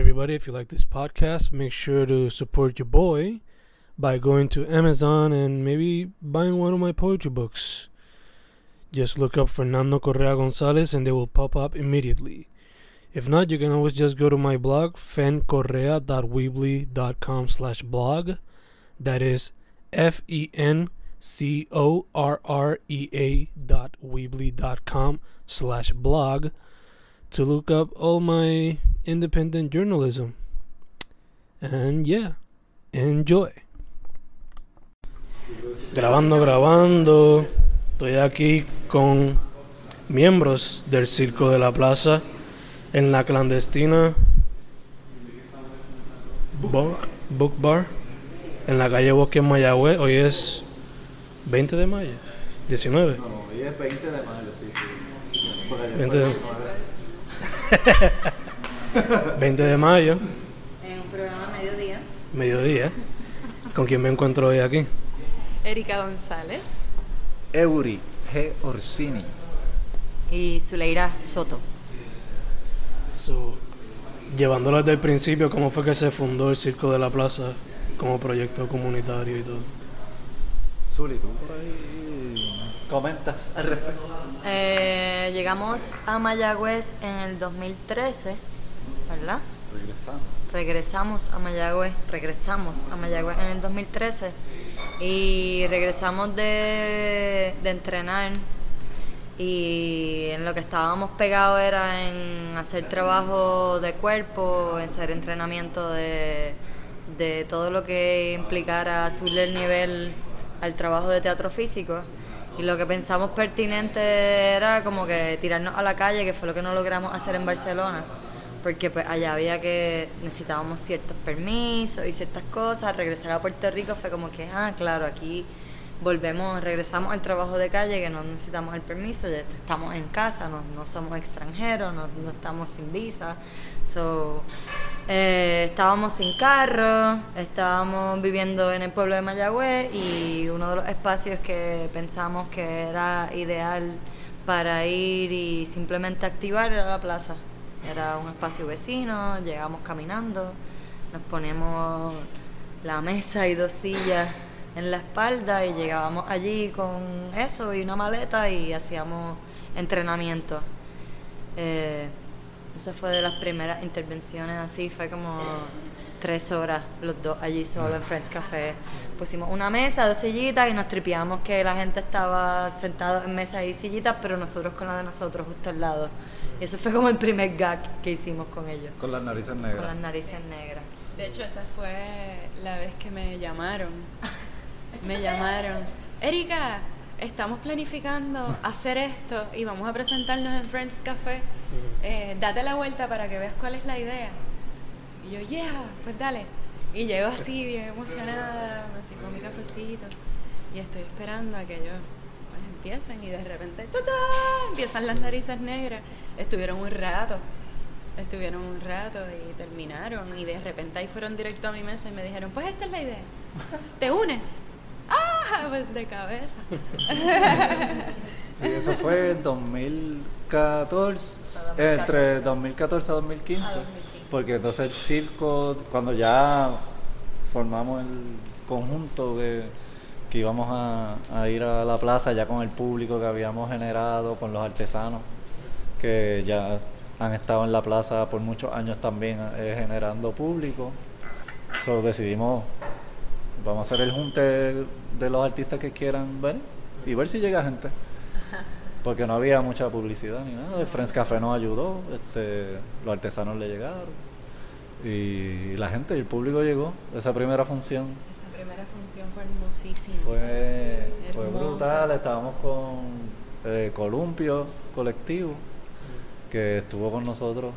everybody. If you like this podcast, make sure to support your boy by going to Amazon and maybe buying one of my poetry books. Just look up Fernando Correa Gonzalez and they will pop up immediately. If not, you can always just go to my blog, fencorrea.weebly.com/blog. That is FENCORREA.weebly.com/blog to look up all my independent journalism. And yeah, enjoy. Grabando. Estoy aquí con miembros del Circo de la Plaza en la clandestina Book Bar en la calle Bosque en Mayagüez. Hoy es 20 de mayo, 19. No, hoy es 20 de mayo, sí. 20 de mayo. En un programa mediodía. Mediodía. ¿Con quién me encuentro hoy aquí? Erika González. Eury G. Orsini. Y Zuleira Soto. Llevándolo desde el principio, ¿cómo fue que se fundó el Circo de la Plaza como proyecto comunitario y todo? Zuli, tú por ahí comentas al respecto. Llegamos a Mayagüez en el 2013, ¿verdad? Regresamos a Mayagüez en el 2013 y regresamos de entrenar y en lo que estábamos pegados era en hacer trabajo de cuerpo, en hacer entrenamiento de todo lo que implicara subirle el nivel al trabajo de teatro físico. Y lo que pensamos pertinente era como que tirarnos a la calle, que fue lo que no logramos hacer en Barcelona, porque pues allá necesitábamos ciertos permisos y ciertas cosas. Regresar a Puerto Rico fue como que, claro, aquí regresamos al trabajo de calle, que no necesitamos el permiso, ya estamos en casa, no somos extranjeros, no estamos sin visa. Estábamos sin carro, estábamos viviendo en el pueblo de Mayagüez y uno de los espacios que pensamos que era ideal para ir y simplemente activar era la plaza. Era un espacio vecino, llegamos caminando, nos poníamos la mesa y 2 sillas en la espalda y llegábamos allí con eso y una maleta y hacíamos entrenamiento. Esa fue de las primeras intervenciones así, fue como 3 horas los dos allí solo en Friends Café. Pusimos una mesa, 2 sillitas y nos tripeamos que la gente estaba sentada en mesas y sillitas, pero nosotros con la de nosotros justo al lado. Y eso fue como el primer gag que hicimos con ellos. Con las narices negras. Con las narices negras. De hecho, esa fue la vez que me llamaron. Erika, estamos planificando hacer esto y vamos a presentarnos en Friends Café. Date la vuelta para que veas cuál es la idea. Y yo, pues dale. Y llego así, bien emocionada, me sirvo mi cafecito y estoy esperando a que ellos pues empiecen y de repente ¡tatá! Empiezan las narices negras. Estuvieron un rato y terminaron y de repente ahí fueron directo a mi mesa y me dijeron, pues esta es la idea, ¿te unes? Pues de cabeza. Sí, eso fue en 2014, entre 2014 a 2015, porque entonces el circo, cuando ya formamos el conjunto que íbamos a ir a la plaza ya con el público que habíamos generado, con los artesanos que ya han estado en la plaza por muchos años también generando público. Decidimos, vamos a hacer el junte de los artistas que quieran venir y ver si llega gente. Porque no había mucha publicidad ni nada. El Friends Café nos ayudó, los artesanos le llegaron y la gente y el público llegó. Esa primera función Fue hermosísima. Fue brutal. Estábamos con Columpio Colectivo, que estuvo con nosotros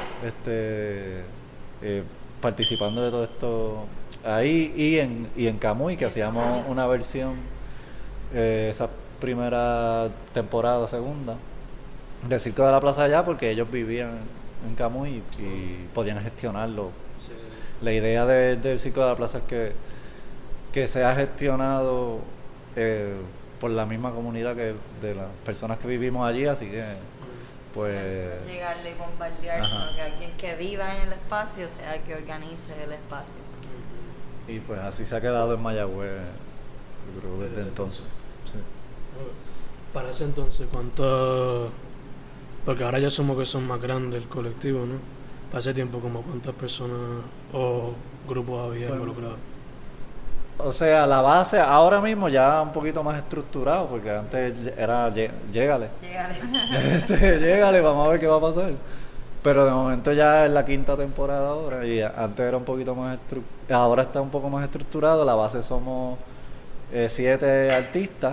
participando de todo esto ahí y en Camuy, que hacíamos una versión esa primera temporada, segunda, del Circo de la Plaza allá, porque ellos vivían en Camuy y podían gestionarlo. Sí. La idea del Circo de la Plaza es que sea gestionado por la misma comunidad que de las personas que vivimos allí, así que pues... llegarle y bombardear, sino que alguien que viva en el espacio sea el que organice el espacio. Y pues así se ha quedado en Mayagüez, yo creo, desde entonces. Sí. Para ese entonces, ¿cuánto? Porque ahora ya asumo que son más grandes el colectivo, ¿no? Para ese tiempo, como ¿cuántas personas o grupos había involucrados? O sea, la base ahora mismo ya un poquito más estructurado, porque antes era llégale. Llégale, vamos a ver qué va a pasar. Pero de momento ya es la 5ª temporada ahora y antes era un poquito más ahora está un poco más estructurado. La base somos 7 artistas.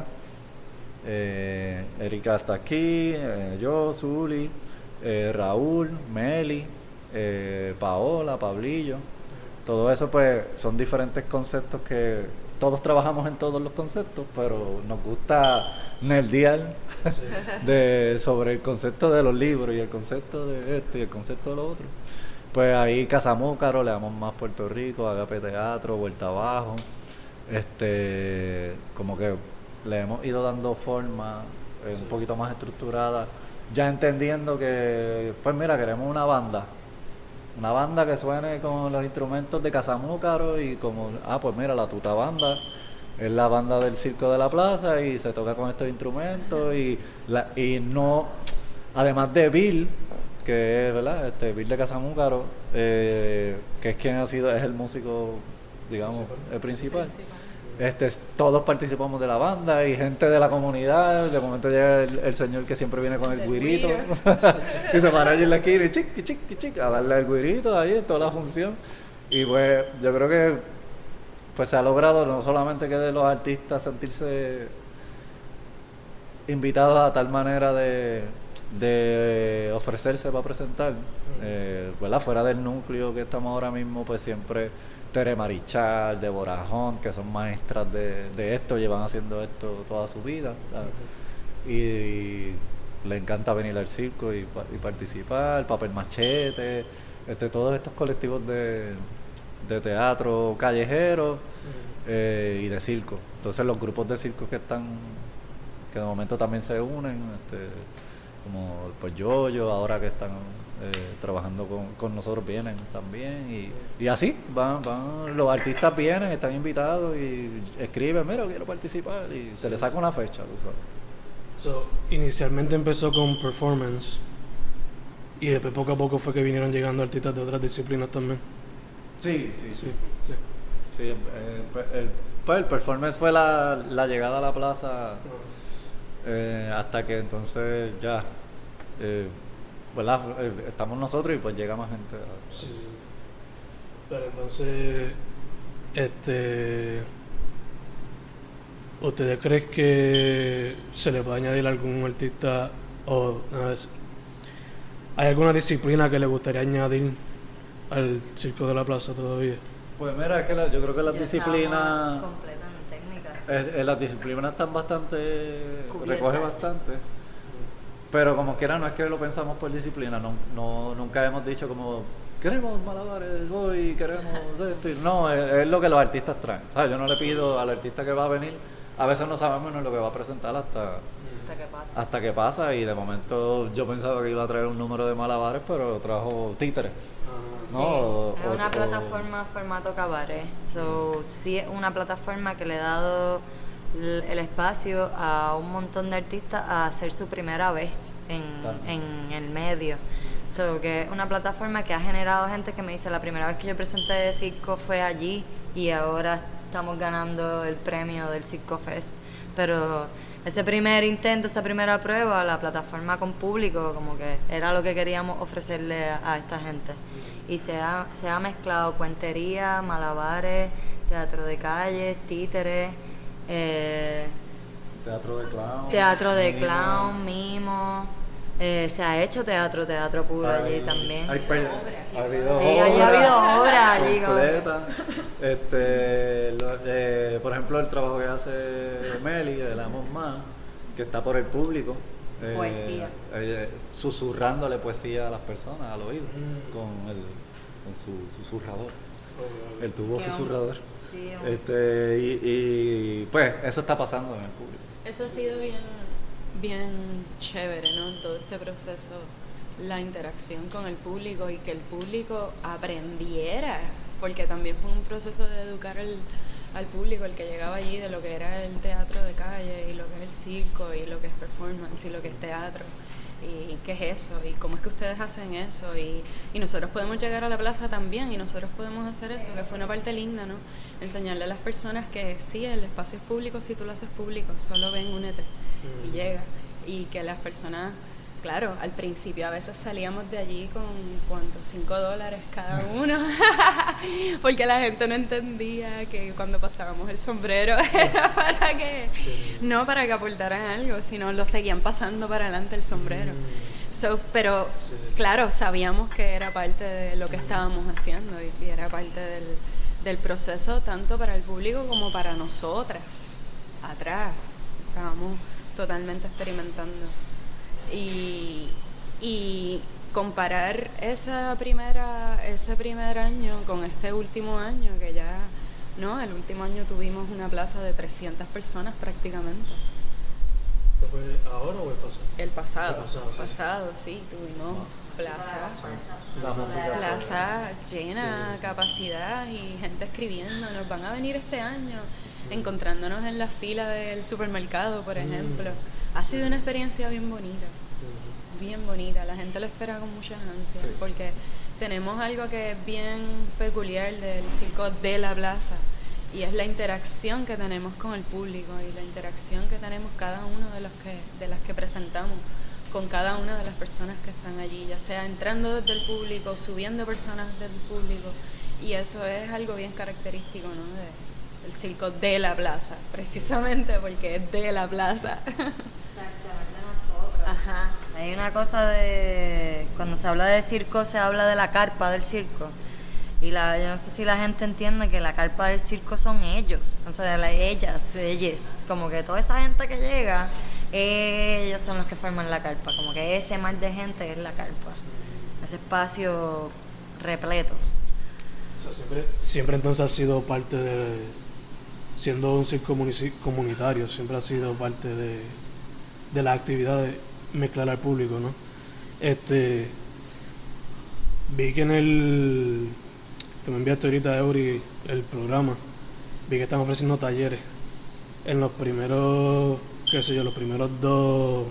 Erika está aquí, yo, Zuli, Raúl, Meli, Paola, Pablillo. Todo eso pues son diferentes conceptos que todos trabajamos en todos los conceptos, pero nos gusta nerdear sobre el concepto de los libros y el concepto de esto y el concepto de lo otro. Pues ahí Casamúcaro, le damos más Puerto Rico, Agape Teatro, Vuelta Abajo, como que le hemos ido dando forma un poquito más estructurada, ya entendiendo que, pues mira, queremos una banda que suene con los instrumentos de Casamúcaro y como, pues mira, la Tuta Banda es la banda del Circo de la Plaza y se toca con estos instrumentos y no, además de Bill, que es, ¿verdad? Bill de Casamúcaro, que es quien es el músico, digamos, el principal. Todos participamos de la banda y gente de la comunidad. De momento llega el señor que siempre viene con el guirito y se para allí en la esquina y chic, a darle el guirito ahí en toda la función. Y pues yo creo que pues se ha logrado no solamente que de los artistas sentirse invitados a tal manera de ofrecerse para presentar, ¿verdad? Fuera del núcleo que estamos ahora mismo, pues siempre Tere Marichal, Deborah Hunt, que son maestras de esto, llevan haciendo esto toda su vida, y le encanta venir al circo y participar, Papel Machete, todos estos colectivos de teatro callejero y de circo. Entonces los grupos de circo que de momento también se unen, como pues Yoyo, ahora que están trabajando con nosotros, vienen también y así van, los artistas vienen, están invitados y escriben, mira, quiero participar y se les saca una fecha, tú sabes. Inicialmente empezó con performance y después poco a poco fue que vinieron llegando artistas de otras disciplinas también. Sí. El performance fue la llegada a la plaza, hasta que entonces ya, ¿verdad? Estamos nosotros y pues llega más gente. Sí. Pero entonces, ¿ustedes creen que se le puede añadir algún artista o hay alguna disciplina que le gustaría añadir al Circo de la Plaza todavía? Pues mira, es que yo creo que las disciplinas completas en técnicas. Las disciplinas están bastante cubiertas. Recoge bastante, pero como quiera no es que lo pensamos por disciplina, nunca hemos dicho como queremos malabares hoy, queremos esto, no, es lo que los artistas traen. O sea, yo no le pido al artista que va a venir, a veces no sabemos lo que va a presentar hasta que pasa, y de momento yo pensaba que iba a traer un número de malabares, pero trajo títeres. Sí, ¿no? Es una plataforma formato cabaret. Sí, es una plataforma que le ha dado el espacio a un montón de artistas a hacer su primera vez en el medio. Que es una plataforma que ha generado gente que me dice, la primera vez que yo presenté de circo fue allí y ahora estamos ganando el premio del Circo Fest. Pero ese primer intento, esa primera prueba, la plataforma con público, como que era lo que queríamos ofrecerle a esta gente. Y se ha mezclado cuentería, malabares, teatro de calle, títeres, teatro de clown, mimo. Se ha hecho teatro puro allí también. Ha habido obras allí. Por ejemplo, el trabajo que hace Meli de La Más, que está por el público. Poesía. Susurrándole poesía a las personas al oído con su susurrador. El tubo susurrador. Sí, y pues eso está pasando en el público. Eso ha sido bien chévere, ¿no? En todo este proceso, la interacción con el público y que el público aprendiera, porque también fue un proceso de educar al público, el que llegaba allí, de lo que era el teatro de calle y lo que es el circo y lo que es performance y lo que es teatro y qué es eso y cómo es que ustedes hacen eso y nosotros podemos llegar a la plaza también y nosotros podemos hacer eso, que fue una parte linda, ¿no? Enseñarle a las personas que sí, el espacio es público si tú lo haces público, solo ven, únete y llega, y que las personas, claro, al principio a veces salíamos de allí con ¿cuánto? $5 cada uno porque la gente no entendía que cuando pasábamos el sombrero era para que no para que aportaran algo, sino lo seguían pasando para adelante el sombrero. Pero claro, sabíamos que era parte de lo que estábamos haciendo y era parte del proceso tanto para el público como para nosotras atrás. Estábamos totalmente experimentando. Y comparar ese primer año con este último año, que ya, ¿no? El último año tuvimos una plaza de 300 personas prácticamente. ¿Fue ahora o el pasado? El pasado. El pasado, sí, tuvimos plaza llena, capacidad y gente escribiendo. Nos van a venir este año, encontrándonos en la fila del supermercado, por ejemplo. Ha sido una experiencia bien bonita, la gente lo espera con muchas ansias, porque tenemos algo que es bien peculiar del circo de la plaza, y es la interacción que tenemos con el público y la interacción que tenemos cada uno de las que presentamos con cada una de las personas que están allí, ya sea entrando desde el público, subiendo personas del público, y eso es algo bien característico, ¿no? del circo de la plaza, precisamente porque es de la plaza. Exactamente, nosotros. Ajá. Hay una cosa de... Cuando se habla de circo, se habla de la carpa del circo. Y yo no sé si la gente entiende que la carpa del circo son ellos. O sea, ellas. Como que toda esa gente que llega, ellos son los que forman la carpa. Como que ese mar de gente es la carpa. Ese espacio repleto. O sea, siempre entonces ha sido parte de... Siendo un circo comunitario, siempre ha sido parte de la actividad de mezclar al público, ¿no? Vi que en el... que me enviaste ahorita, Eury, el programa, vi que están ofreciendo talleres en los primeros, los primeros 2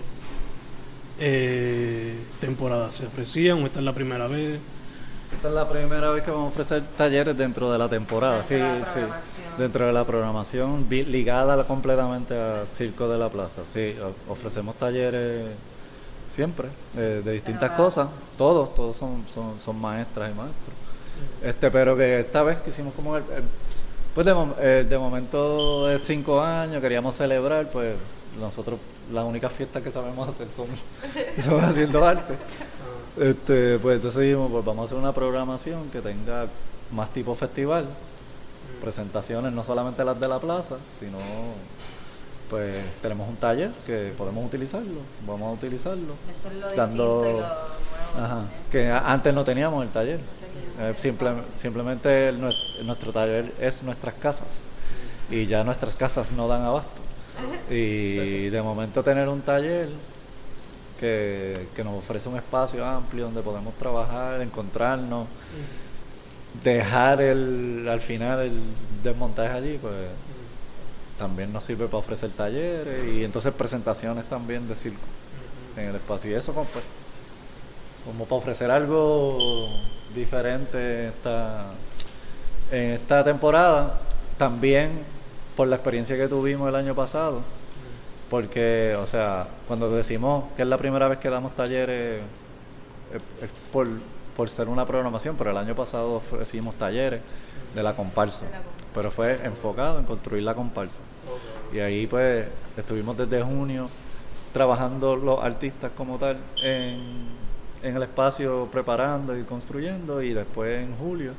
temporadas. ¿Se ofrecían o esta es la primera vez? Esta es la primera vez que vamos a ofrecer talleres dentro de la temporada, dentro de la programación ligada completamente al Circo de la Plaza. Sí, ofrecemos talleres siempre, de distintas cosas, todos son maestras y maestros. Pero que esta vez quisimos como pues de momento de 5 años, queríamos celebrar, pues nosotros las únicas fiestas que sabemos hacer son haciendo arte. Pues entonces dijimos, pues vamos a hacer una programación que tenga más tipo festival, presentaciones no solamente las de la plaza, sino pues tenemos un taller que podemos utilizarlo, vamos a utilizarlo. Eso es lo distinto y lo nuevo. Ajá, que antes no teníamos el taller. Simplemente nuestro taller es nuestras casas y ya nuestras casas no dan abasto. Y de momento tener un taller que nos ofrece un espacio amplio donde podemos trabajar, encontrarnos, dejar al final el desmontaje allí, pues también nos sirve para ofrecer talleres y entonces presentaciones también de circo en el espacio. Y eso como para ofrecer algo diferente en esta temporada, también por la experiencia que tuvimos el año pasado. Porque, o sea, cuando decimos que es la primera vez que damos talleres, es por ser una programación, pero el año pasado ofrecimos talleres de la comparsa, pero fue enfocado en construir la comparsa. Y ahí pues estuvimos desde junio trabajando los artistas como tal en el espacio, preparando y construyendo, y después en julio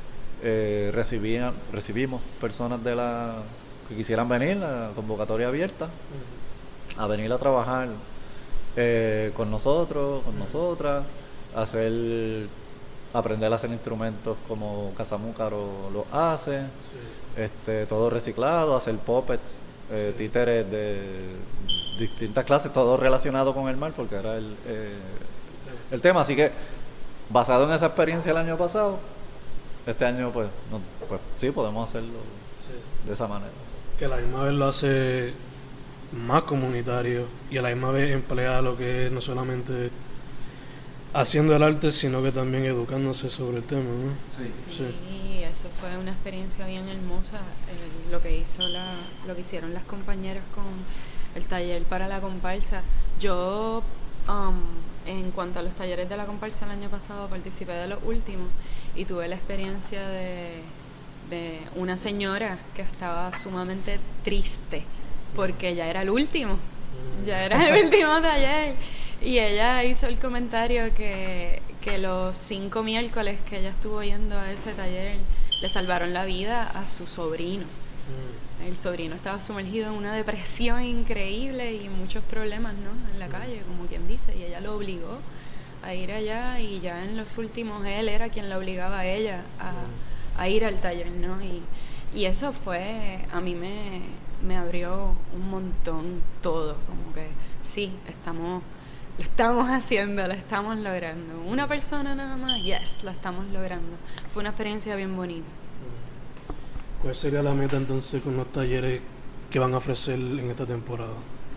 recibimos personas que quisieran venir, la convocatoria abierta, a venir a trabajar con nosotros, con nosotras, aprender a hacer instrumentos como Casamúcaro lo hace, todo reciclado, hacer puppets, títeres distintas clases, todo relacionado con el mar, porque era el tema. Así que, basado en esa experiencia el año pasado, este año pues sí podemos hacerlo de esa manera. Que a la misma vez lo hace más comunitario y a la misma vez emplea lo que es no solamente haciendo el arte, sino que también educándose sobre el tema, ¿no? Sí, eso fue una experiencia bien hermosa, lo que hicieron las compañeras con el taller para la comparsa. Yo, en cuanto a los talleres de la comparsa el año pasado, participé de los últimos y tuve la experiencia de una señora que estaba sumamente triste porque ya era el último taller. Y ella hizo el comentario que los 5 miércoles que ella estuvo yendo a ese taller le salvaron la vida a su sobrino. El sobrino estaba sumergido en una depresión increíble y muchos problemas, ¿no?, en la calle, como quien dice, y ella lo obligó a ir allá, y ya en los últimos él era quien la obligaba a ella a ir al taller, ¿no? Y eso fue, a mí me abrió un montón todo, como que sí, lo estamos haciendo, lo estamos logrando. Una persona nada más, yes, lo estamos logrando. Fue una experiencia bien bonita. ¿Cuál sería la meta entonces con los talleres que van a ofrecer en esta temporada?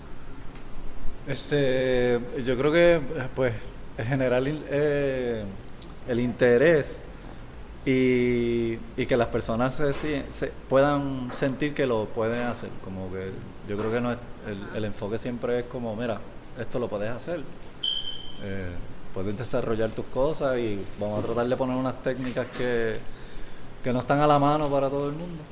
Yo creo que pues generar el interés y que las personas se puedan sentir que lo pueden hacer. Como que yo creo que no es, el enfoque siempre es como, mira, esto lo puedes hacer, puedes desarrollar tus cosas y vamos a tratar de poner unas técnicas que no están a la mano para todo el mundo,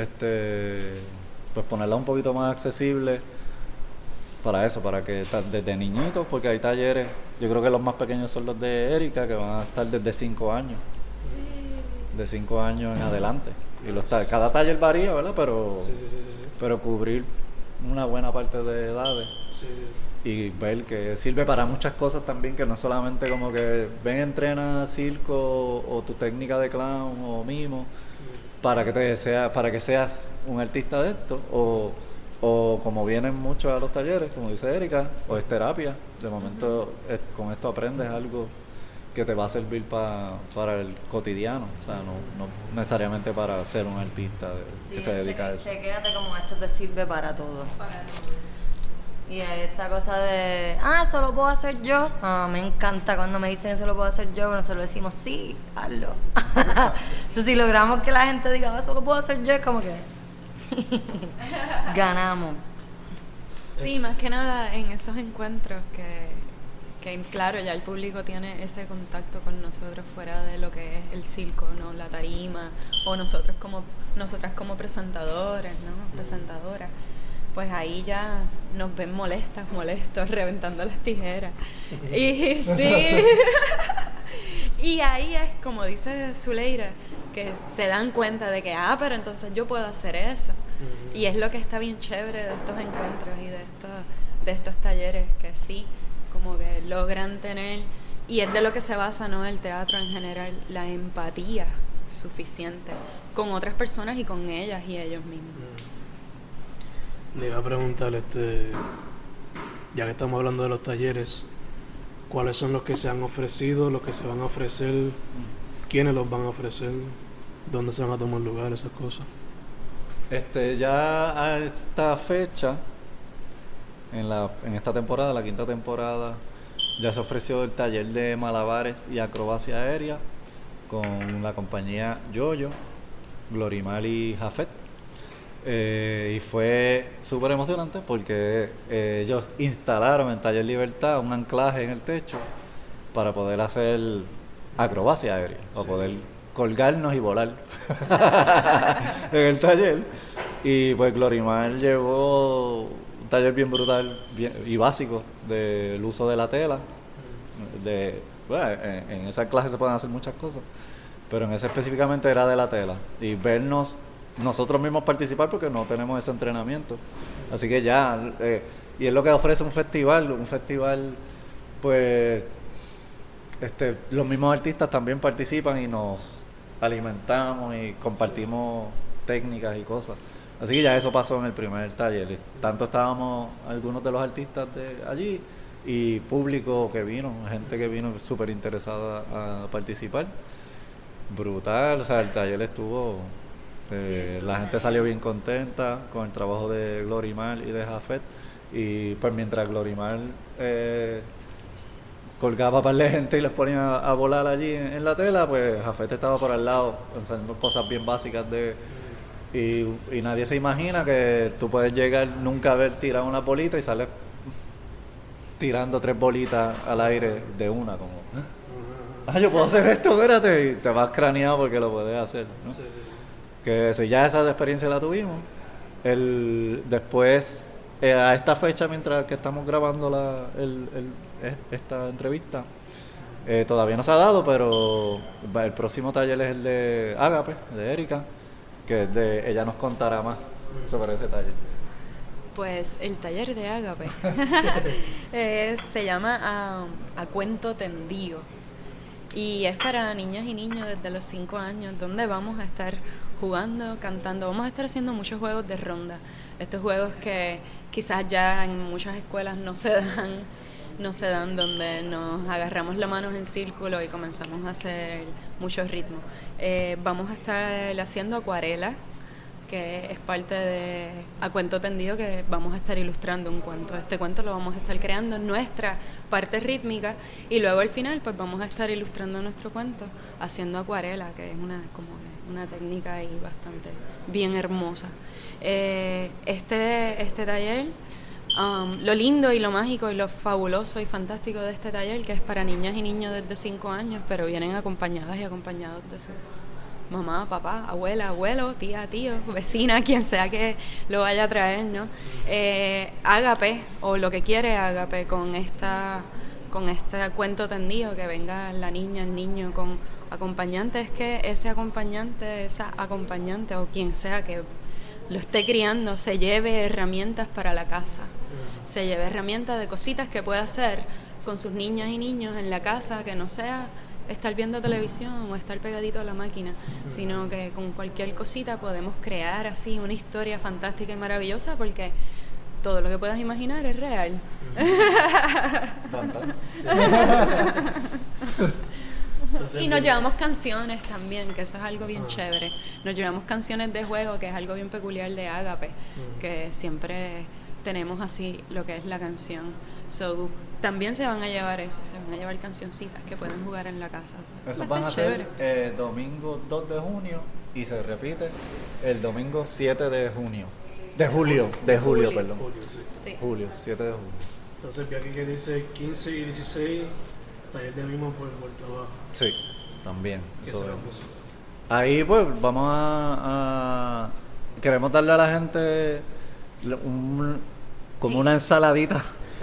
pues ponerla un poquito más accesible para eso, para que desde niñitos, porque hay talleres, yo creo que los más pequeños son los de Erika, que van a estar desde 5 años, de 5 años en adelante, y cada taller varía, ¿verdad? Pero cubrir una buena parte de edades. Y ver que sirve para muchas cosas también, que no solamente como que ven, entrena circo o tu técnica de clown o mimo para que seas un artista de esto, o como vienen muchos a los talleres, como dice Erika, o es terapia. De momento con esto aprendes algo que te va a servir para el cotidiano, o sea, no necesariamente para ser un artista que se dedica a eso. Chequéate como esto te sirve para todo. Y esta cosa de, eso lo puedo hacer yo. Me encanta cuando me dicen eso lo puedo hacer yo, nosotros decimos, sí, hazlo. So, si logramos que la gente diga, eso lo puedo hacer yo, es como que sí, ganamos. Sí, más que nada en esos encuentros que claro, ya el público tiene ese contacto con nosotros fuera de lo que es el circo, ¿no? La tarima, o nosotras como presentadores, ¿no? Presentadoras. Pues ahí ya nos ven molestos, reventando las tijeras. Y sí. Y ahí es, como dice Zuleira, que se dan cuenta de que, pero entonces yo puedo hacer eso. Y es lo que está bien chévere de estos encuentros y de estos talleres, que sí, como que logran tener, y es de lo que se basa, ¿no?, el teatro en general, la empatía suficiente con otras personas y con ellas y ellos mismos. Le iba a preguntar, ya que estamos hablando de los talleres, ¿cuáles son los que se han ofrecido, los que se van a ofrecer, quiénes los van a ofrecer, dónde se van a tomar lugar, esas cosas? Ya a esta fecha, en esta temporada, la 5ª temporada, ya se ofreció el taller de malabares y acrobacia aérea con la compañía Yoyo, Glorimar y Jafet. Y fue súper emocionante porque ellos instalaron en Taller Libertad un anclaje en el techo para poder hacer acrobacia aérea, para poder colgarnos y volar en el taller. Y pues Glorimar llevó un taller bien brutal y básico del uso de la tela. En esa clase se pueden hacer muchas cosas, pero en ese específicamente era de la tela. Y vernos nosotros mismos participar, porque no tenemos ese entrenamiento. Así que ya, y es lo que ofrece un festival, pues los mismos artistas también participan y nos alimentamos y compartimos técnicas y cosas. Así que ya eso pasó en el primer taller. Tanto estábamos algunos de los artistas de allí y público que vino, gente que vino súper interesada a participar. Brutal, o sea, el taller estuvo... la gente salió bien contenta con el trabajo de Glorimar y de Jafet. Y pues mientras Glorimar colgaba para la gente y les ponía a volar allí en la tela, pues Jafet estaba por al lado pensando cosas bien básicas de... Y nadie se imagina que tú puedes llegar, nunca haber tirado una bolita y sales tirando 3 bolitas al aire de una, como... yo puedo hacer esto, espérate, y te vas craneado porque lo puedes hacer, ¿no? Sí. Que si ya esa experiencia la tuvimos, después, a esta fecha, mientras que estamos grabando esta entrevista, todavía no se ha dado, pero el próximo taller es el de Ágape, de Erika, que ella nos contará más sobre ese taller. Pues el taller de Ágape se llama a Cuento Tendido y es para niñas y niños desde los 5 años, donde vamos a estar jugando, cantando, vamos a estar haciendo muchos juegos de ronda, estos juegos que quizás ya en muchas escuelas no se dan, donde nos agarramos las manos en círculo y comenzamos a hacer muchos ritmos. Vamos a estar haciendo acuarela, que es parte de A Cuento Tendido, que vamos a estar ilustrando un cuento. Este cuento lo vamos a estar creando en nuestra parte rítmica y luego al final pues vamos a estar ilustrando nuestro cuento haciendo acuarela, que es una técnica ahí bastante bien hermosa. Este taller, lo lindo y lo mágico y lo fabuloso y fantástico de este taller, que es para niñas y niños desde 5 años, pero vienen acompañadas y acompañados de su mamá, papá, abuela, abuelo, tía, tío, vecina, quien sea que lo vaya a traer, ¿no? Ágape, o lo que quiere Ágape con este cuento tendido, que venga la niña, el niño con acompañante, es que ese acompañante, esa acompañante o quien sea que lo esté criando se lleve herramientas para la casa, se lleve herramientas de cositas que pueda hacer con sus niñas y niños en la casa, que no sea estar viendo televisión o estar pegadito a la máquina, sino que con cualquier cosita podemos crear así una historia fantástica y maravillosa, porque todo lo que puedas imaginar es real. Y nos llevamos canciones también, que eso es algo bien chévere. Nos llevamos canciones de juego, que es algo bien peculiar de Ágape, que siempre tenemos así lo que es la canción. So, también se van a llevar eso, se van a llevar cancioncitas que pueden jugar en la casa. Eso van a ser domingo 2 de junio y se repite el domingo 7 de junio. De julio, perdón. Sí. Julio, 7 de julio. Entonces vi aquí que dice 15 y 16, taller de mismo por trabajo. Sí, también. ¿Qué Eso se es. lo puso? Ahí pues vamos queremos darle a la gente como una ensaladita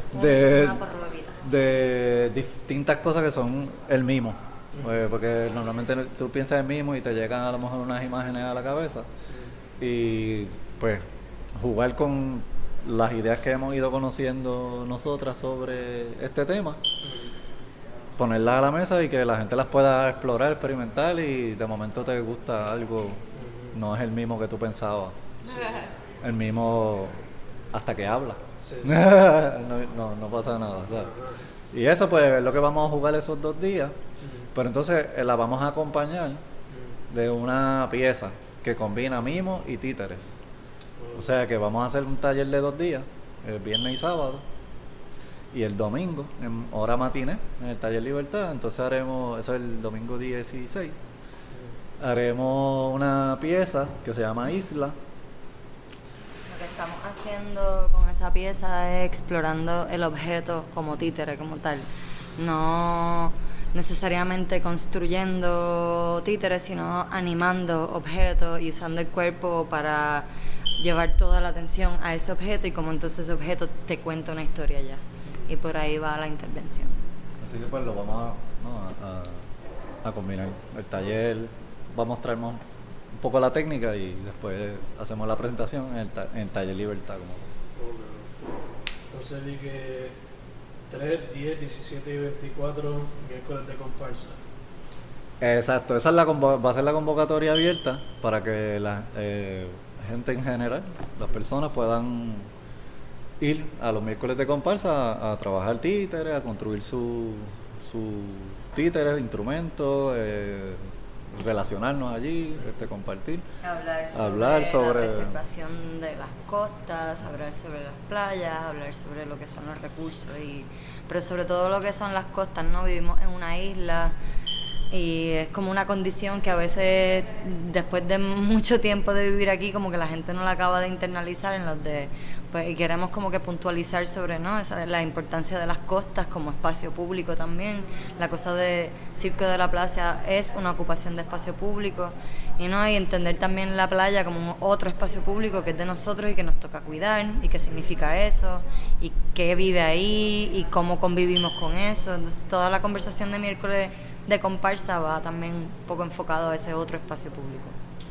de distintas cosas que son el mimo. Porque normalmente tú piensas en mimo y te llegan a lo mejor unas imágenes a la cabeza. Y pues jugar con las ideas que hemos ido conociendo nosotras sobre este tema, ponerlas a la mesa y que la gente las pueda explorar, experimentar, y de momento te gusta algo, no es el mismo que tú pensabas, el mismo hasta que habla. Sí. no pasa nada, ¿sabes? Y eso pues es lo que vamos a jugar esos 2 días, pero entonces la vamos a acompañar de una pieza que combina mimo y títeres. O sea que vamos a hacer un taller de 2 días, el viernes y sábado, y el domingo, en hora matiné, en el taller Libertad. Entonces haremos, eso es el domingo 16, haremos una pieza que se llama Isla. Lo que estamos haciendo con esa pieza es explorando el objeto como títere, como tal. No necesariamente construyendo títeres, sino animando objetos y usando el cuerpo para llevar toda la atención a ese objeto, y como entonces ese objeto te cuenta una historia ya. Y por ahí va la intervención. Así que pues lo vamos a combinar. El taller va a mostrarnos un poco la técnica y después hacemos la presentación en el taller Libertad. Entonces vi que 3, 10, 17 y 24 miércoles de comparsa. Exacto, esa es va a ser la convocatoria abierta para que la gente en general, las personas puedan ir a los miércoles de comparsa a trabajar títeres, a construir su títeres, instrumentos, relacionarnos allí, compartir. Hablar sobre la preservación de las costas, hablar sobre las playas, hablar sobre lo que son los recursos, pero sobre todo lo que son las costas, ¿no? Vivimos en una isla y es como una condición que a veces, después de mucho tiempo de vivir aquí, como que la gente no la acaba de internalizar y queremos como que puntualizar sobre, ¿no? La importancia de las costas como espacio público también. La cosa de Circo de la Plaza es una ocupación de espacio público y entender también la playa como otro espacio público que es de nosotros y que nos toca cuidar, y qué significa eso, y qué vive ahí, y cómo convivimos con eso. Entonces toda la conversación de miércoles de comparsa va también un poco enfocado a ese otro espacio público.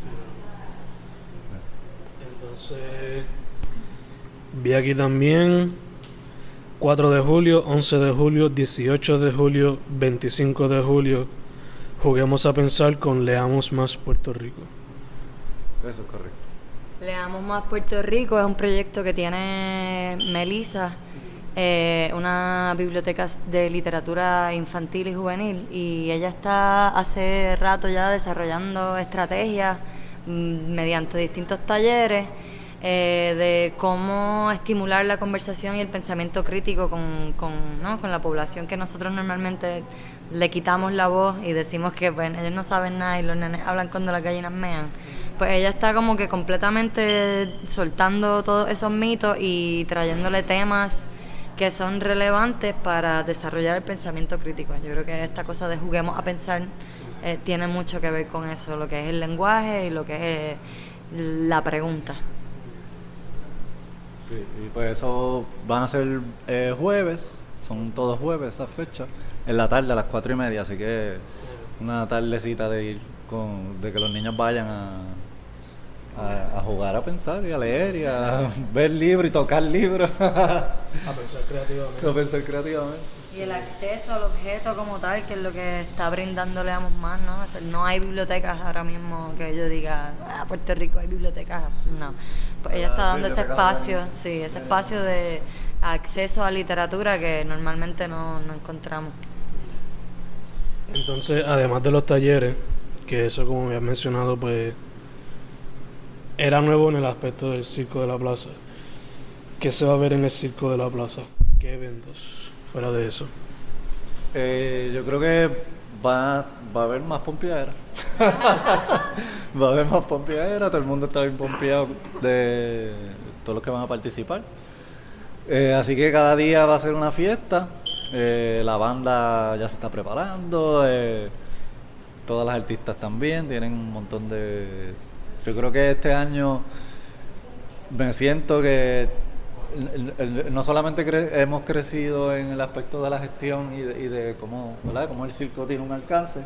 Entonces, vi aquí también 4 de julio, 11 de julio, 18 de julio, 25 de julio. Juguemos a pensar con Leamos Más Puerto Rico. Eso es correcto. Leamos Más Puerto Rico es un proyecto que tiene Melissa, una biblioteca de literatura infantil y juvenil, y ella está hace rato ya desarrollando estrategias mediante distintos talleres de cómo estimular la conversación y el pensamiento crítico con la población que nosotros normalmente le quitamos la voz y decimos que ellos no saben nada y los nenes hablan cuando las gallinas mean. Pues ella está como que completamente soltando todos esos mitos y trayéndole temas que son relevantes para desarrollar el pensamiento crítico. Yo creo que esta cosa de juguemos a pensar tiene mucho que ver con eso, lo que es el lenguaje y lo que es la pregunta. Sí, y pues eso van a ser jueves, son todos jueves esas fechas, en la tarde a las 4:30, así que una tardecita de que los niños vayan a jugar, a pensar y a leer y a ver libros y tocar libros. A pensar creativamente. A pensar creativamente. Y el acceso al objeto como tal, que es lo que está brindando Leamos Más, ¿no? O sea, no hay bibliotecas ahora mismo que yo diga, Puerto Rico hay bibliotecas. No. Pues ella está dando ese espacio, ese espacio de acceso a literatura que normalmente no encontramos. Entonces, además de los talleres, que eso, como habías mencionado, pues era nuevo en el aspecto del Circo de la Plaza. ¿Qué se va a ver en el Circo de la Plaza? ¿Qué eventos fuera de eso? Yo creo que va a haber más pompeadera. Va a haber más pompeadera, todo el mundo está bien pompeado de todos los que van a participar. Así que cada día va a ser una fiesta. La banda ya se está preparando. Todas las artistas también tienen un montón de... Yo creo que este año me siento que no solamente hemos crecido en el aspecto de la gestión y de cómo, ¿verdad?, cómo el circo tiene un alcance,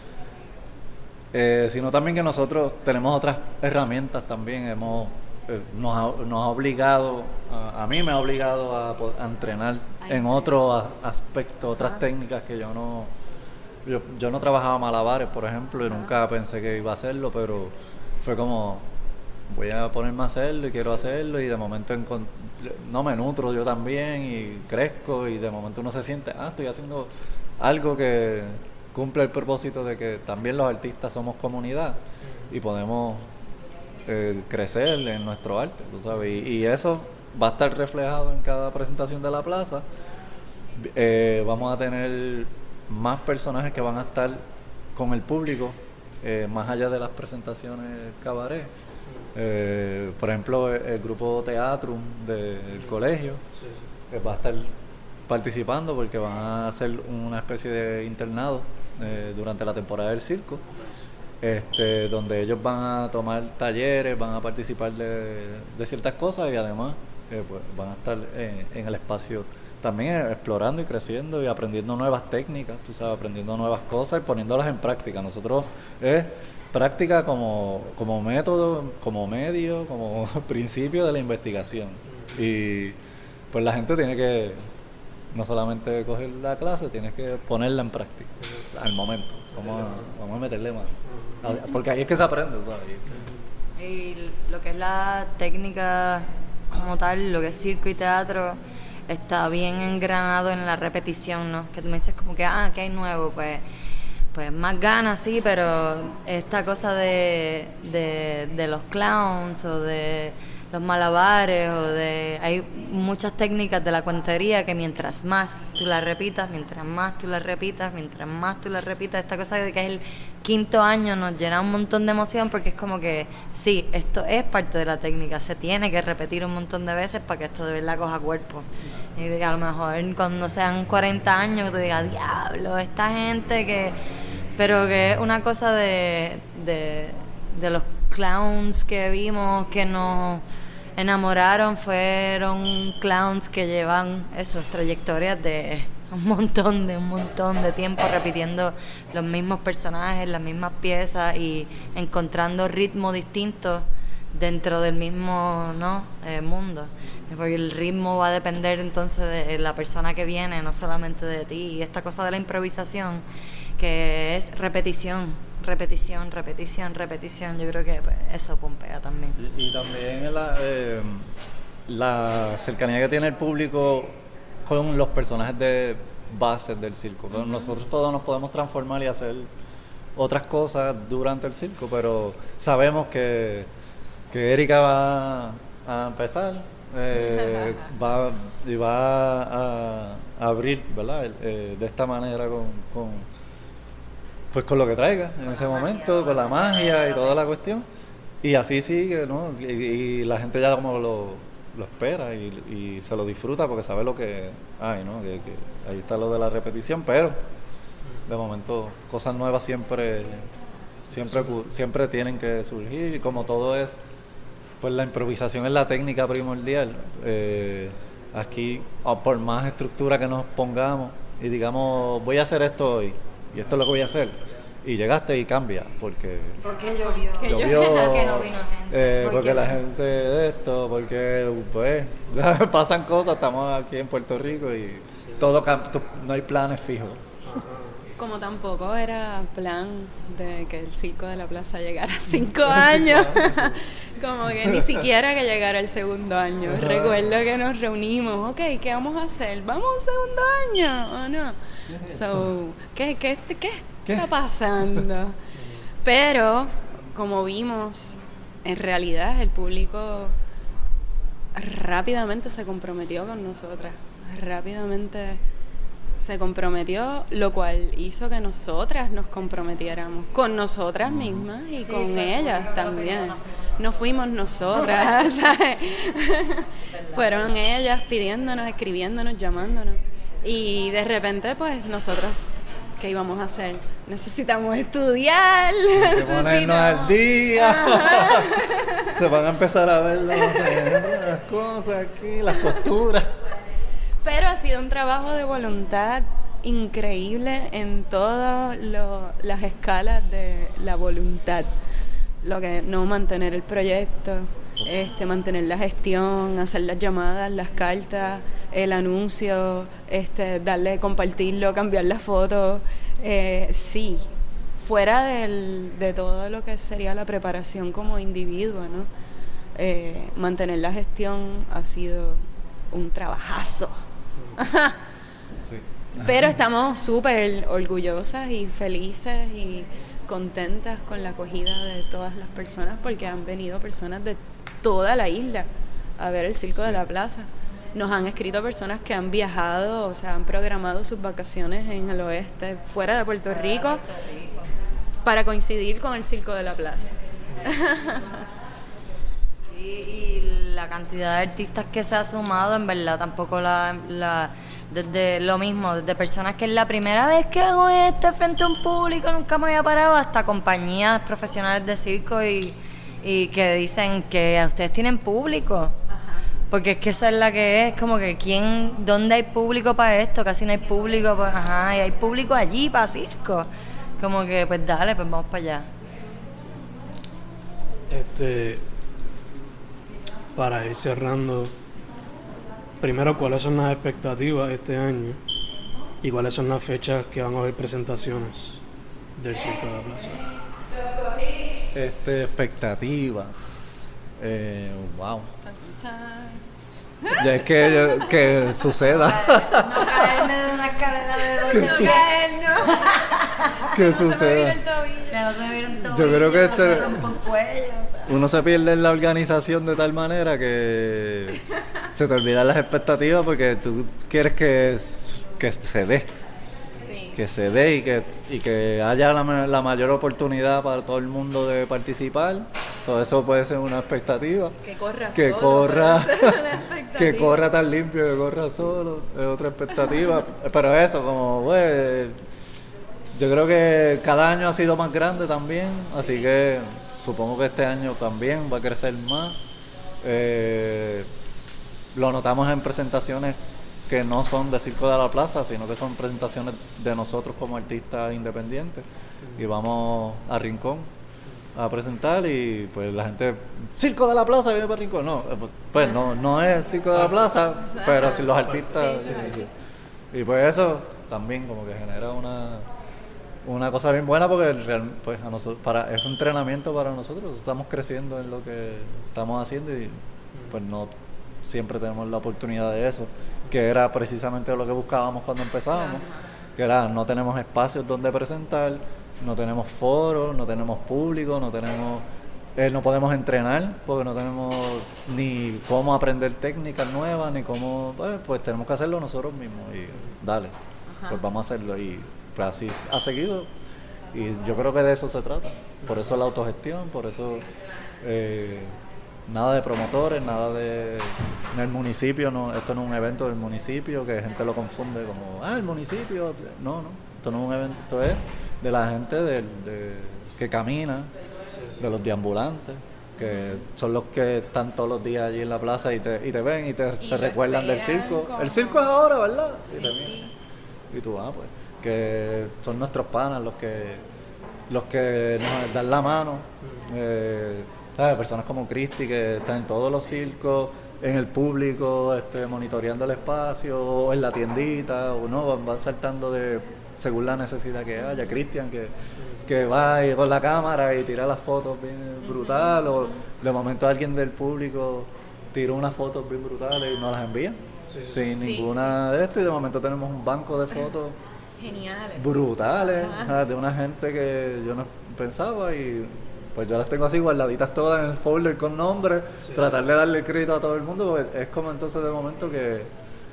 sino también que nosotros tenemos otras herramientas también. Nos ha obligado, a mí me ha obligado a entrenar en otros aspectos, otras técnicas que yo no trabajaba malabares, por ejemplo, y nunca pensé que iba a hacerlo, pero fue como, voy a ponerme a hacerlo y quiero hacerlo, y de momento no me nutro yo también y crezco, y de momento uno se siente, estoy haciendo algo que cumple el propósito de que también los artistas somos comunidad y podemos crecer en nuestro arte, tú sabes, y eso va a estar reflejado en cada presentación de la plaza. Vamos a tener más personajes que van a estar con el público, más allá de las presentaciones cabaret. Por ejemplo, el grupo Teatrum del colegio va a estar participando porque van a hacer una especie de internado durante la temporada del circo, donde ellos van a tomar talleres, van a participar de ciertas cosas, y además pues van a estar en el espacio también explorando y creciendo y aprendiendo nuevas técnicas, tú sabes, aprendiendo nuevas cosas y poniéndolas en práctica. Nosotros es práctica como método, como medio, como principio de la investigación. Y pues la gente tiene que no solamente coger la clase, tienes que ponerla en práctica al momento. Vamos a meterle más. Porque ahí es que se aprende, ¿sabes? Y lo que es la técnica como tal, lo que es circo y teatro, está bien engranado en la repetición, ¿no? Que tú me dices como que, ¿qué hay nuevo? Pues más ganas, sí, pero esta cosa de los clowns o de los malabares hay muchas técnicas de la cuentería que mientras más tú las repitas, esta cosa de que es el quinto año nos llena un montón de emoción porque es como que sí, esto es parte de la técnica, se tiene que repetir un montón de veces para que esto de verdad coja cuerpo. Y a lo mejor cuando sean 40 años tú digas, diablo, esta gente pero que es una cosa de los clowns que vimos que nos enamoraron, fueron clowns que llevan esos trayectorias de un montón de tiempo repitiendo los mismos personajes, las mismas piezas y encontrando ritmos distintos dentro del mismo mundo, porque el ritmo va a depender entonces de la persona que viene, no solamente de ti. Y esta cosa de la improvisación, que es repetición, yo creo que pues, eso pompea también. Y también la cercanía que tiene el público con los personajes de bases del circo. Nosotros todos nos podemos transformar y hacer otras cosas durante el circo, pero sabemos que Erika va a empezar, va a abrir, ¿verdad? De esta manera con lo que traiga en ese momento, con la magia y toda la cuestión. Y así sigue, ¿no? Y la gente ya como lo espera y se lo disfruta porque sabe lo que hay, ¿no? Que ahí está lo de la repetición, pero de momento cosas nuevas siempre tienen que surgir, y como todo es, pues la improvisación es la técnica primordial. Aquí, por más estructura que nos pongamos y digamos, voy a hacer esto hoy y esto es lo que voy a hacer, y llegaste y cambia porque llovió, porque no vino gente, porque la gente de esto, porque pues pasan cosas, estamos aquí en Puerto Rico y todo no hay planes fijos. Como tampoco era plan de que el Circo de la Plaza llegara a 5 años, como que ni siquiera que llegara el segundo año. Recuerdo que nos reunimos, ok, ¿qué vamos a hacer? ¿Vamos a un segundo año o no? So, ¿qué está pasando? Pero, como vimos, en realidad el público rápidamente se comprometió con nosotras, rápidamente se comprometió, lo cual hizo que nosotras nos comprometiéramos con nosotras mismas y con ellas también. No fuimos nosotras, ¿sabes? Fueron ellas pidiéndonos, escribiéndonos, llamándonos. Y de repente, pues, nosotros, ¿qué íbamos a hacer? Necesitamos estudiar. Ponernos al día. Se van a empezar a ver las cosas aquí, las costuras. Pero ha sido un trabajo de voluntad increíble en todas las escalas de la voluntad. Lo que no mantener el proyecto, mantener la gestión, hacer las llamadas, las cartas, el anuncio, darle, compartirlo, cambiar las fotos. Sí, fuera de todo lo que sería la preparación como individuo, ¿no? Mantener la gestión ha sido un trabajazo. Sí. Pero estamos súper orgullosas y felices y contentas con la acogida de todas las personas, porque han venido personas de toda la isla a ver el Circo de la Plaza. Nos han escrito personas que han viajado, o sea, han programado sus vacaciones en el oeste, fuera de Puerto Rico, para coincidir con el Circo de la Plaza. Sí, y la cantidad de artistas que se ha sumado, en verdad, tampoco desde lo mismo, desde personas que es la primera vez que hago frente a un público, nunca me había parado, hasta compañías profesionales de circo y que dicen que ustedes tienen público. Porque es que esa es la que es, como que ¿dónde hay público para esto? Casi no hay público, pues, y hay público allí para circo. Como que, pues dale, pues vamos para allá. Para ir cerrando, primero, ¿cuáles son las expectativas este año? ¿Y cuáles son las fechas que van a haber presentaciones del Circo de la Plaza? Expectativas. Wow. Chan. Ya es que suceda. No caerme de una escalera de 12 No pies. caer, no. Que No se me vira suceda. el tobillo. Que no se me vire un tobillo. Yo creo que no se me rompa un cuello. O sea. Uno se pierde en la organización de tal manera que se te olvidan las expectativas porque tú quieres que se dé. Sí. Que se dé y que haya la mayor oportunidad para todo el mundo de participar. Eso puede ser una expectativa. Que corra Que solo, corra, puede ser una expectativa. que corra tan limpio, que corra solo, es otra expectativa. Pero eso, como, pues, yo creo que cada año ha sido más grande también, así que supongo que este año también va a crecer más. Lo notamos en presentaciones que no son de Circo de la Plaza, sino que son presentaciones de nosotros como artistas independientes. Y vamos a Rincón a presentar y pues la gente, Circo de la Plaza viene para Rincón. No, pues no es Circo de la Plaza, pero si los artistas... sí. Y pues eso también como que genera una cosa bien buena porque pues a nosotros, es un entrenamiento para nosotros. Estamos creciendo en lo que estamos haciendo y pues no siempre tenemos la oportunidad de eso, que era precisamente lo que buscábamos cuando empezábamos, que era no tenemos espacios donde presentar, no tenemos foros, no tenemos público, no podemos entrenar porque no tenemos ni cómo aprender técnicas nuevas, ni cómo, pues tenemos que hacerlo nosotros mismos y dale, pues vamos a hacerlo y pues así ha seguido y yo creo que de eso se trata, por eso la autogestión, por eso nada de promotores, nada de... En el municipio, esto no es un evento del municipio, que gente lo confunde como, el municipio. No, esto no es un evento, esto es de la gente que camina, de los deambulantes, que son los que están todos los días allí en la plaza y te ven y se recuerdan del circo. como... El circo es ahora, ¿verdad? Sí. Y tú, pues, que son nuestros panas los que nos dan la mano. ¿Sabes? Personas como Cristi que están en todos los circos, en el público, monitoreando el espacio, o en la tiendita, o no, van saltando según la necesidad que haya. Cristian que va y con la cámara y tira las fotos bien brutal, o de momento alguien del público tira unas fotos bien brutales y nos las envía sin ninguna de esto, y de momento tenemos un banco de fotos geniales, brutales, de una gente que yo no pensaba y pues yo las tengo así guardaditas todas en el folder con nombres, tratar de darle crédito a todo el mundo, porque es como entonces de momento que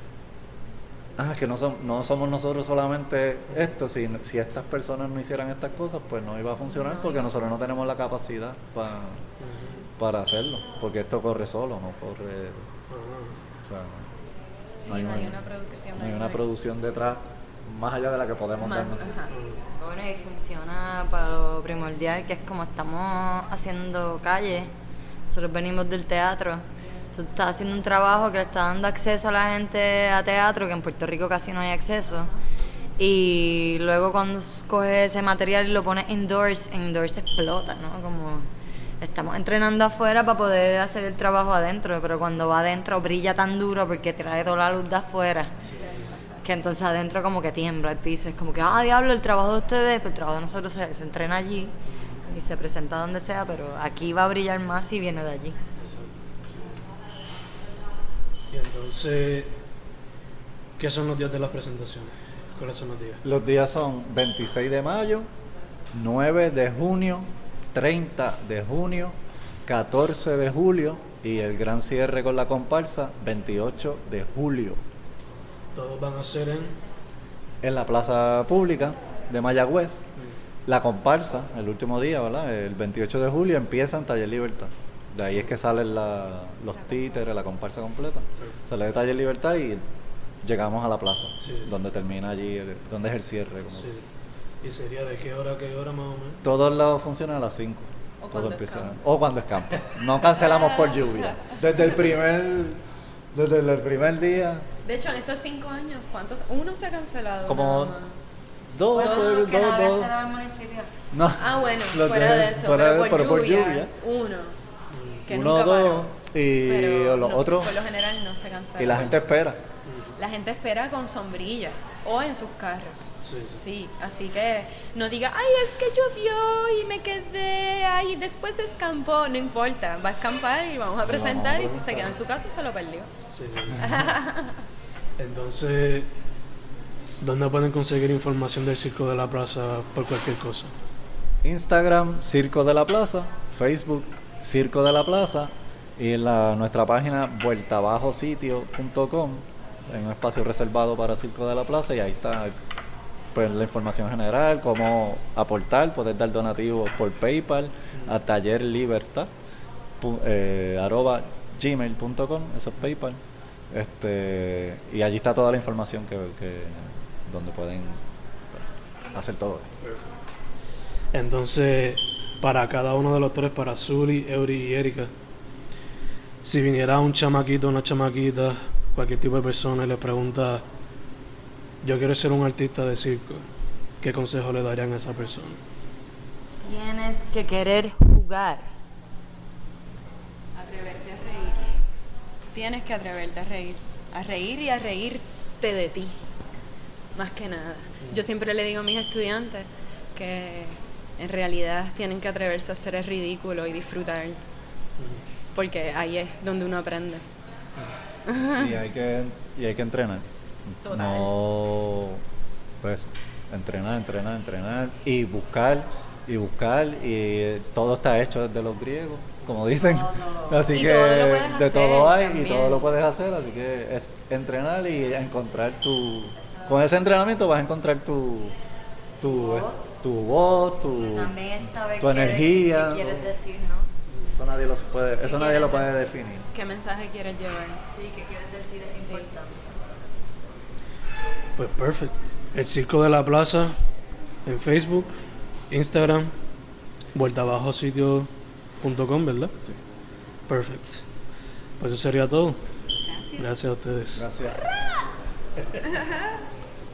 no somos nosotros solamente esto, si estas personas no hicieran estas cosas, pues no iba a funcionar porque nosotros no tenemos la capacidad para hacerlo, porque esto corre solo, no corre, o sea, no hay una producción, no hay una producción detrás más allá de la que podemos darnos. Bueno, y funciona para lo primordial, que es como estamos haciendo calle. Nosotros venimos del teatro. Tú estás haciendo un trabajo que le está dando acceso a la gente a teatro, que en Puerto Rico casi no hay acceso. Y luego cuando coges ese material y lo pones indoors explota, ¿no? Como estamos entrenando afuera para poder hacer el trabajo adentro, pero cuando va adentro brilla tan duro porque trae toda la luz de afuera. Que entonces adentro como que tiembla el piso, es como que, diablo, el trabajo de ustedes, pues el trabajo de nosotros se entrena allí y se presenta donde sea, pero aquí va a brillar más si viene de allí. Y entonces, ¿qué son los días de las presentaciones? ¿Cuáles son los días? Los días son 26 de mayo, 9 de junio, 30 de junio, 14 de julio y el gran cierre con la comparsa, 28 de julio. Todos van a ser en la plaza pública de Mayagüez. La comparsa, el último día, ¿verdad? El 28 de julio empieza en Taller Libertad. De ahí es que salen los títeres, la comparsa completa. Sale de Taller Libertad y llegamos a la plaza, donde termina allí, donde es el cierre. ¿Y sería de qué hora más o menos? Todos lados funcionan a las 5. Todo empieza. O cuando escampa. No cancelamos por lluvia. Desde el primer día. De hecho, en estos 5 años, ¿cuántos? Uno se ha cancelado. Como dos. No. Bueno, fuera de eso, pero por lluvia. Uno. Uno, dos. Y los otros. Por lo general no se cancela. Y la gente espera. La gente espera con sombrilla. o en sus carros. Sí. Sí, así que no diga, ay, es que llovió y me quedé, ay, después se escampó. No importa, va a escampar y vamos a presentar y si se queda en su casa se lo perdió. Sí. Entonces, ¿dónde pueden conseguir información del Circo de la Plaza por cualquier cosa? Instagram, Circo de la Plaza, Facebook, Circo de la Plaza, y en nuestra página vueltabajositio.com, en un espacio reservado para Circo de la Plaza, y ahí está pues la información general, cómo aportar, poder dar donativos por PayPal a tallerlibertad@gmail.com, eso es PayPal. Y allí está toda la información que donde pueden hacer todo. Entonces, para cada uno de los tres, para Zuli, Eury y Erika, si viniera un chamaquito, una chamaquita, cualquier tipo de persona y le pregunta, yo quiero ser un artista de circo, ¿qué consejo le darían a esa persona? Tienes que querer jugar. Atreverte a reír. Tienes que atreverte a reír y a reírte de ti, más que nada. Yo siempre le digo a mis estudiantes que en realidad tienen que atreverse a hacer el ridículo y disfrutar, porque ahí es donde uno aprende. Y hay que entrenar. Total. No, pues entrenar y buscar y todo está hecho desde los griegos, como dicen. Así Y que todo lo puedes de hacer todo hay también. y todo lo puedes hacer, así que es entrenar y encontrar con ese entrenamiento vas a encontrar tu voz, También es saber tu energía. qué quieres decir, ¿no? Eso nadie lo puede definir. ¿Qué mensaje quieres llevar? Sí, qué quieres decir es Sí. importante. Pues perfecto. El Circo de la Plaza en Facebook, Instagram, vueltabajositio.com, ¿verdad? Sí. Perfecto. Pues eso sería todo. Gracias. Gracias a ustedes. Gracias.